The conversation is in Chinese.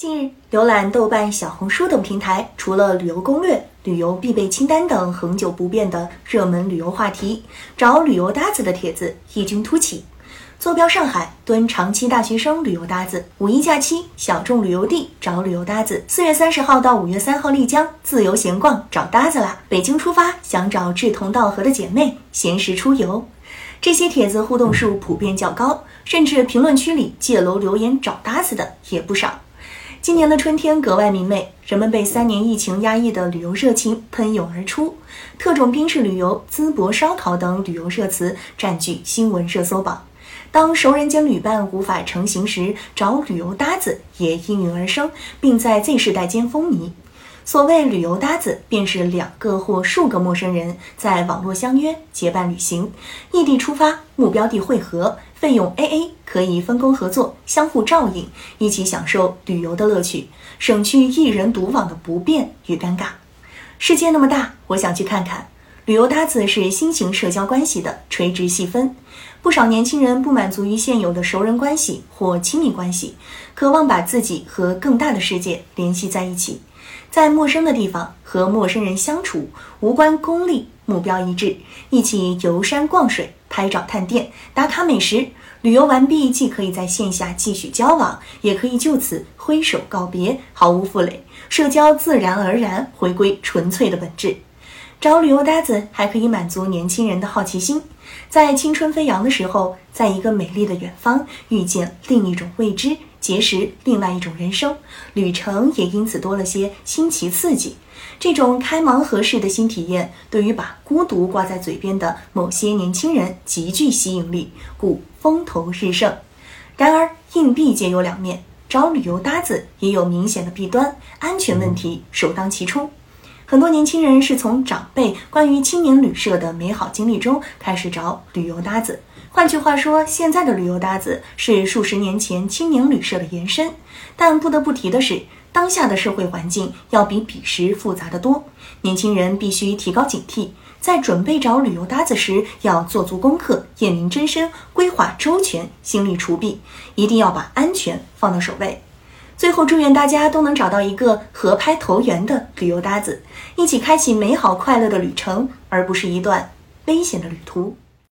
近日，浏览豆瓣、小红书等平台，除了旅游攻略、旅游必备清单等恒久不变的热门旅游话题，找旅游搭子的帖子异军突起。坐标上海，蹲长期大学生旅游搭子；五一假期，小众旅游地找旅游搭子；4月30号到5月3号丽江，自由闲逛找搭子啦；北京出发，想找志同道合的姐妹，闲时出游。这些帖子互动数普遍较高，甚至评论区里借楼留言找搭子的也不少。今年的春天格外明媚，人们被3年疫情压抑的旅游热情喷涌而出，特种兵式旅游、淄博烧烤等旅游热词占据新闻热搜榜。当熟人间旅伴无法成行时，找旅游搭子也应运而生，并在 Z 世代间风靡。所谓旅游搭子，便是2个或数个陌生人在网络相约，结伴旅行，异地出发，目标地汇合，费用 AA， 可以分工合作，相互照应，一起享受旅游的乐趣，省去一人独往的不便与尴尬。世界那么大，我想去看看。旅游搭子是新型社交关系的垂直细分，不少年轻人不满足于现有的熟人关系或亲密关系，渴望把自己和更大的世界联系在一起，在陌生的地方和陌生人相处，无关功利，目标一致，一起游山逛水，拍照探店，打卡美食。旅游完毕，既可以在线下继续交往，也可以就此挥手告别，毫无负累，社交自然而然回归纯粹的本质。找旅游搭子还可以满足年轻人的好奇心，在青春飞扬的时候，在一个美丽的远方遇见另一种未知，结识另外一种人生，旅程也因此多了些新奇刺激。这种开盲盒式的新体验，对于把孤独挂在嘴边的某些年轻人极具吸引力，故风头日盛。然而硬币皆有2面，找旅游搭子也有明显的弊端，安全问题首当其冲。很多年轻人是从长辈关于青年旅社的美好经历中开始找旅游搭子。换句话说，现在的旅游搭子是数十年前青年旅社的延伸。但不得不提的是，当下的社会环境要比彼时复杂得多，年轻人必须提高警惕，在准备找旅游搭子时要做足功课，验明真身，规划周全，心力除弊，一定要把安全放到首位。最后祝愿大家都能找到一个合拍投缘的旅游搭子，一起开启美好快乐的旅程，而不是一段危险的旅途。